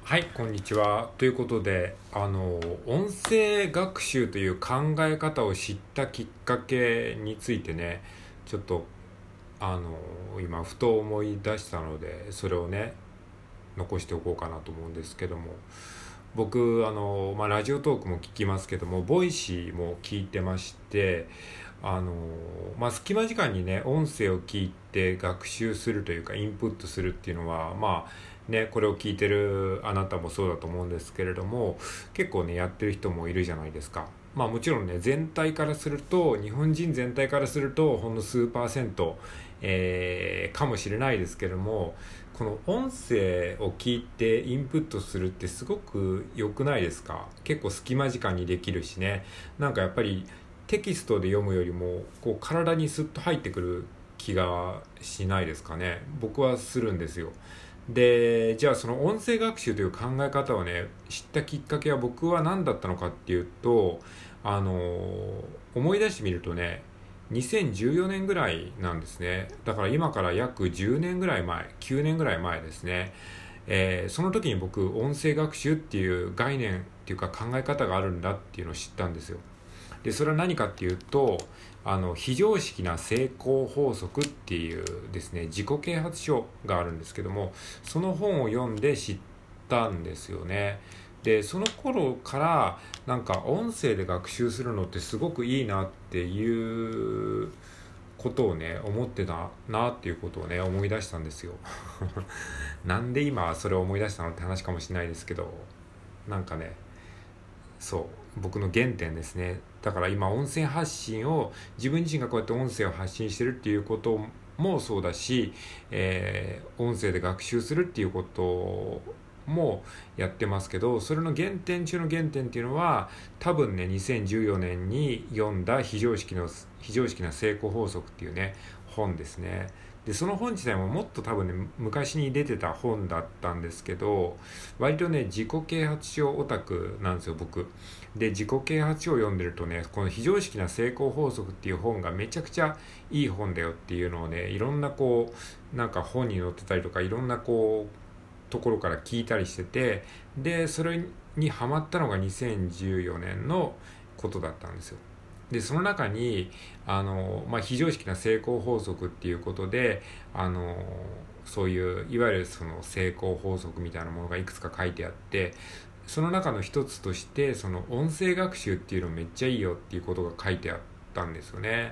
はい、こんにちは。ということで、音声学習という考え方を知ったきっかけについてね、ちょっと、今、ふと思い出したので、それをね、残しておこうかなと思うんですけども、僕、ラジオトークも聞きますけども、ボイシーも聞いてまして、隙間時間にね、音声を聞いて学習するというか、インプットするっていうのは、これを聞いてるあなたもそうだと思うんですけれども、結構ね、やってる人もいるじゃないですか。もちろんね、日本人全体からすると、ほんの数パーセント、かもしれないですけども、この音声を聞いてインプットするってすごく良くないですか？結構隙間時間にできるしね。なんかやっぱりテキストで読むよりもこう体にスッと入ってくる気がしないですかね。僕はするんですよ。で、じゃあその音声学習という考え方をね、知ったきっかけは僕は何だったのかっていうと、思い出してみるとね、2014年ぐらいなんですね。だから今から約10年ぐらい前、9年ぐらい前ですね。その時に僕、音声学習っていう概念っていうか考え方があるんだっていうのを知ったんですよ。で、それは何かっていうと、非常識な成功法則っていうですね、自己啓発書があるんですけども、その本を読んで知ったんですよね。で、その頃からなんか音声で学習するのってすごくいいなっていうことをね、思ってたなっていうことをね、思い出したんですよ。なんで今それを思い出したのって話かもしれないですけど、なんかね、そう僕の原点ですね。だから今音声発信を自分自身がこうやって音声を発信してるっていうこともそうだし、音声で学習するっていうこともやってますけど、それの原点中の原点っていうのは多分ね、2014年に読んだ非常識な成功法則っていうね、本ですね。で、その本自体ももっと多分ね、昔に出てた本だったんですけど、割とね、自己啓発書オタクなんですよ、僕。で、自己啓発書を読んでるとね、この非常識な成功法則っていう本がめちゃくちゃいい本だよっていうのをね、いろんななんか本に載ってたりとか、いろんなところから聞いたりしてて、で、それにハマったのが2014年のことだったんですよ。で、その中に、非常識な成功法則っていうことで、そういう、いわゆるその成功法則みたいなものがいくつか書いてあって、その中の一つとして、その音声学習っていうのめっちゃいいよっていうことが書いてあったんですよね。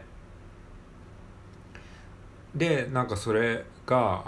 で、なんかそれが、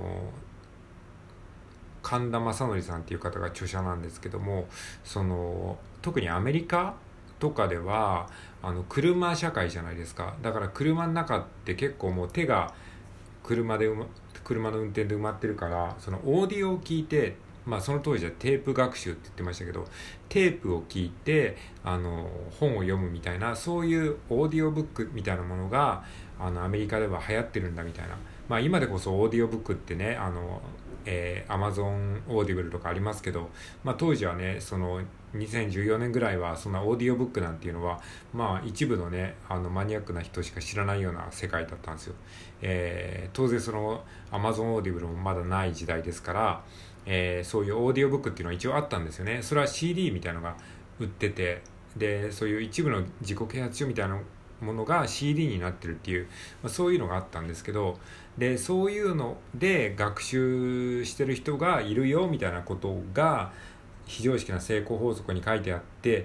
神田正則さんっていう方が著者なんですけども、特にアメリカとかでは車社会じゃないですか。だから車の中って結構もう手が車で車の運転で埋まってるから、そのオーディオを聞いて、その当時はテープ学習って言ってましたけど、テープを聞いて本を読むみたいな、そういうオーディオブックみたいなものがアメリカでは流行ってるんだみたいな。今でこそオーディオブックってね、Amazon オーディブルとかありますけど、当時はね、その2014年ぐらいはそんなオーディオブックなんていうのは一部のね、マニアックな人しか知らないような世界だったんですよ。当然その Amazon オーディブルもまだない時代ですから、そういうオーディオブックっていうのは一応あったんですよね。それは CD みたいなのが売ってて、でそういう一部の自己啓発書みたいなものが CD になってるっていう、そういうのがあったんですけど、でそういうので学習してる人がいるよみたいなことが非常識な成功法則に書いてあって、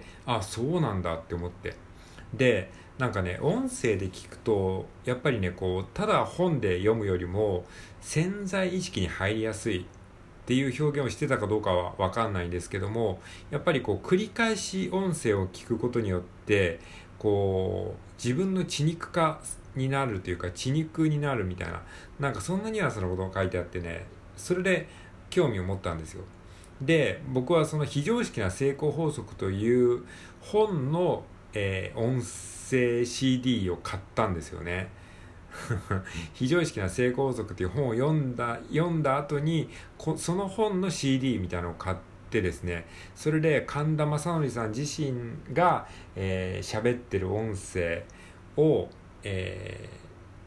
あ、そうなんだって思って、でなんかね、音声で聞くとやっぱりね、ただ本で読むよりも潜在意識に入りやすいっていう表現をしてたかどうかは分かんないんですけども、やっぱり繰り返し音声を聞くことによって自分の血肉化になるというか、血肉になるみたいな、なんかそんなニュアンスのことが書いてあってね、それで興味を持ったんですよ。で、僕はその非常識な成功法則という本の、音声 CD を買ったんですよね。非常識な成功法則っていう本を読んだ後にその本の CD みたいなのを買ってですね、それで神田正則さん自身が喋ってる音声を、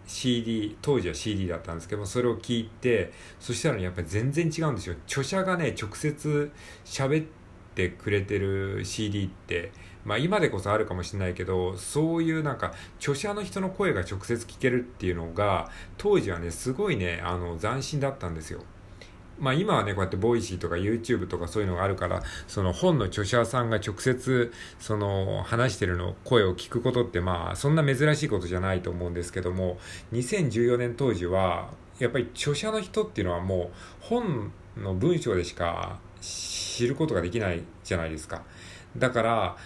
当時は CD だったんですけども、それを聞いて、そしたら、ね、やっぱり全然違うんですよ。著者がね直接喋ってくれてる CD って、まあ今でこそあるかもしれないけど、そういうなんか著者の人の声が直接聞けるっていうのが当時はねすごいね斬新だったんですよ。まあ今はねこうやってボイシーとか YouTube とかそういうのがあるから、その本の著者さんが直接その話してるの声を聞くことってまあそんな珍しいことじゃないと思うんですけども、2014年当時はやっぱり著者の人っていうのはもう本の文章でしか知ることができないじゃないですか。だから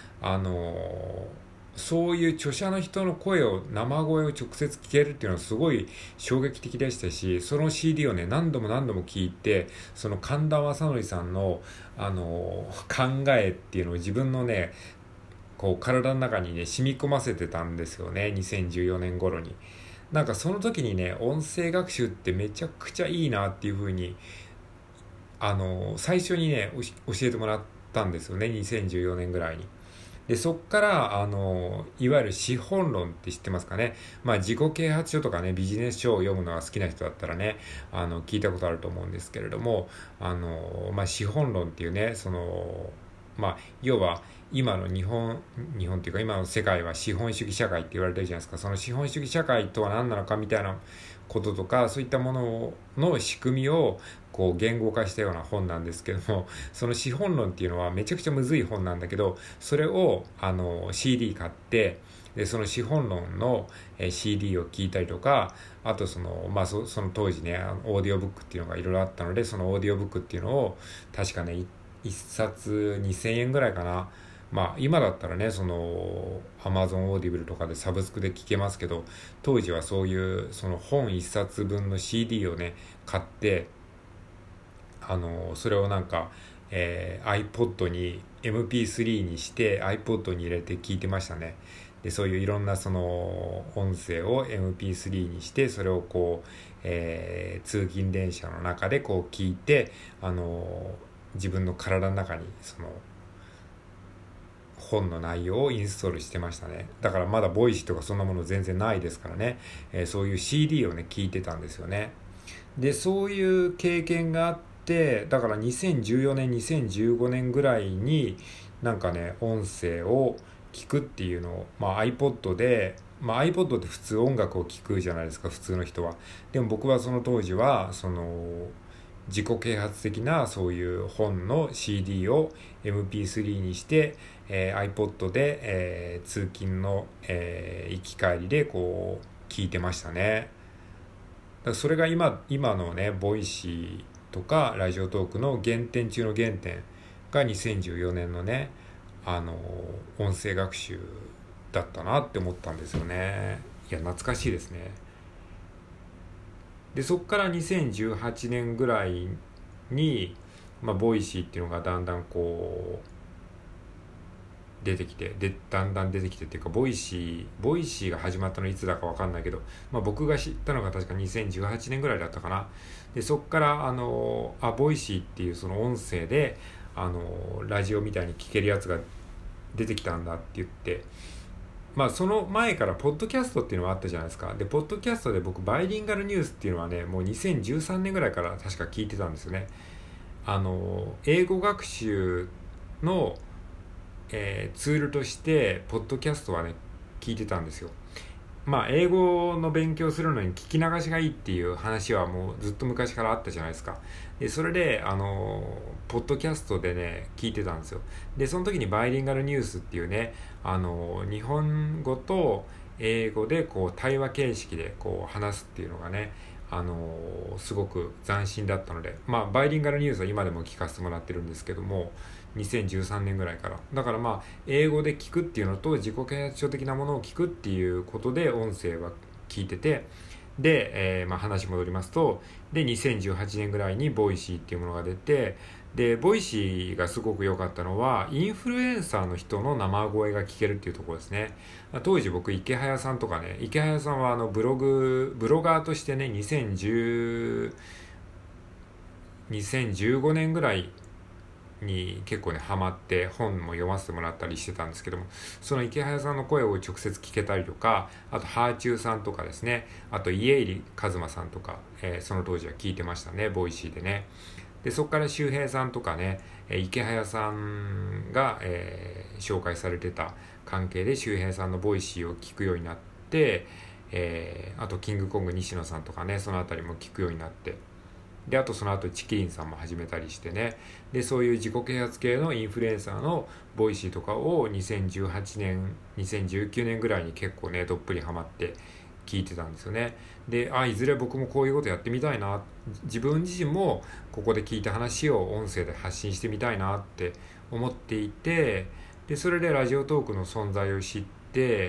そういう著者の人の生声を直接聞けるっていうのはすごい衝撃的でしたし、その CD をね何度も何度も聞いて、その神田正則さんの考えっていうのを自分のねこう体の中にね染み込ませてたんですよね、2014年頃に。なんかその時にね音声学習ってめちゃくちゃいいなっていう風に最初にね教えてもらったんですよね、2014年ぐらいに。でそっからいわゆる資本論って知ってますかね。まあ自己啓発書とかねビジネス書を読むのが好きな人だったらね聞いたことあると思うんですけれども、まあ資本論っていうねまあ要は今の日本っていうか今の世界は資本主義社会って言われてるじゃないですか。その資本主義社会とは何なのかみたいなこととか、そういったものの仕組みをこう言語化したような本なんですけども、その資本論っていうのはめちゃくちゃむずい本なんだけど、それをCD 買って、でその資本論の CD を聞いたりとか、あとそのの当時ねオーディオブックっていうのがいろいろあったので、そのオーディオブックっていうのを確かね一冊2000円ぐらいかな。まあ今だったらねAmazon Audible とかでサブスクで聞けますけど、当時はそういうその本一冊分の CD をね買って、それをなんか、iPod に MP3 にして iPod に入れて聞いてましたね。でそういういろんなその音声を MP3 にして、それをこう、通勤電車の中でこう聞いて、自分の体の中にその本の内容をインストールしてましたね。だからまだボイシーとかそんなもの全然ないですからね、そういう CD をね聞いてたんですよね。でそういう経験があって、だから2014年2015年ぐらいになんかね音声を聞くっていうのを、iPod で、iPod って普通音楽を聞くじゃないですか、普通の人は。でも僕はその当時はその自己啓発的なそういう本の CD を MP3 にして、iPod で、通勤の、行き帰りでこう聞いてましたね。だからそれが今のねボイシーとかラジオトークの原点中の原点が2014年のね音声学習だったなって思ったんですよね。いや懐かしいですね。でそっから2018年ぐらいに、ボイシーっていうのがだんだんこうだんだん出てきてっていうか、ボイシーが始まったのいつだか分かんないけど、僕が知ったのが確か2018年ぐらいだったかな。でそっからボイシーっていうその音声でラジオみたいに聞けるやつが出てきたんだって言って、その前からポッドキャストっていうのがあったじゃないですか。でポッドキャストで僕バイリンガルニュースっていうのはねもう2013年ぐらいから確か聞いてたんですよね。英語学習の、ツールとしてポッドキャストはね聞いてたんですよ。英語の勉強するのに聞き流しがいいっていう話はもうずっと昔からあったじゃないですか。でそれでポッドキャストでね聞いてたんですよ。でその時にバイリンガルニュースっていうね日本語と英語でこう対話形式でこう話すっていうのがねすごく斬新だったので、バイリンガルニュースは今でも聞かせてもらってるんですけども、2013年ぐらいからだから英語で聞くっていうのと自己啓発書的なものを聞くっていうことで音声は聞いてて、で、話戻りますと、で2018年ぐらいにボイシーっていうものが出て、でボイシーがすごく良かったのはインフルエンサーの人の生声が聞けるっていうところですね。当時僕池早さんとかね、池早さんはブロガーとしてね2015年ぐらいに結構ねハマって本も読ませてもらったりしてたんですけども、その池早さんの声を直接聞けたりとか、あとハーチューさんとかですね、あと家入一馬さんとか、その当時は聞いてましたね、ボイシーでね。でそこから周平さんとかね、池早さんが、紹介されてた関係で周平さんのボイシーを聞くようになって、あとキングコング西野さんとかね、そのあたりも聞くようになって、であとその後チキリンさんも始めたりしてね、でそういう自己啓発系のインフルエンサーのボイシーとかを2018年2019年ぐらいに結構ねどっぷりハマって聞いてたんですよね。でいずれ僕もこういうことやってみたいな、自分自身もここで聞いた話を音声で発信してみたいなって思っていて、でそれでラジオトークの存在を知って、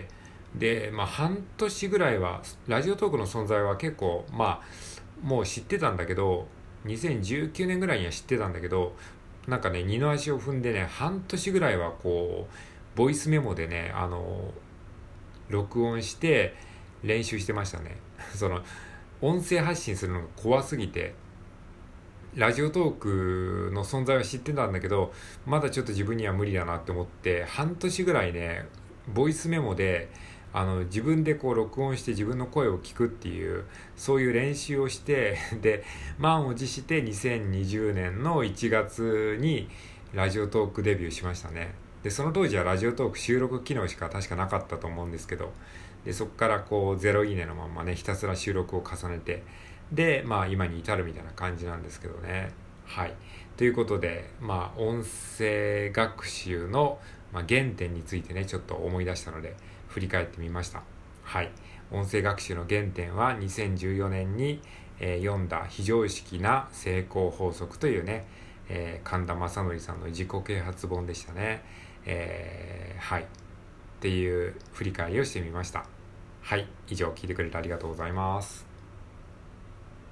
で半年ぐらいはラジオトークの存在は結構もう知ってたんだけど、2019年ぐらいには知ってたんだけど、なんかね二の足を踏んでね、半年ぐらいはこうボイスメモでね録音して練習してましたね。その音声発信するのが怖すぎて、ラジオトークの存在は知ってたんだけど、まだちょっと自分には無理だなって思って、半年ぐらいねボイスメモで自分でこう録音して自分の声を聞くっていう、そういう練習をしてで満を持して2020年の1月にラジオトークデビューしましたね。でその当時はラジオトーク収録機能しか確かなかったと思うんですけど、でそこからこう0いいねのまんまねひたすら収録を重ねて、で今に至るみたいな感じなんですけどね。はい、ということで音声学習の原点についてねちょっと思い出したので振り返ってみました。はい、音声学習の原点は2014年に、読んだ非常識な成功法則というね、神田正則さんの自己啓発本でしたね。はいっていう振り返りをしてみました。はい、以上聞いてくれてありがとうございます。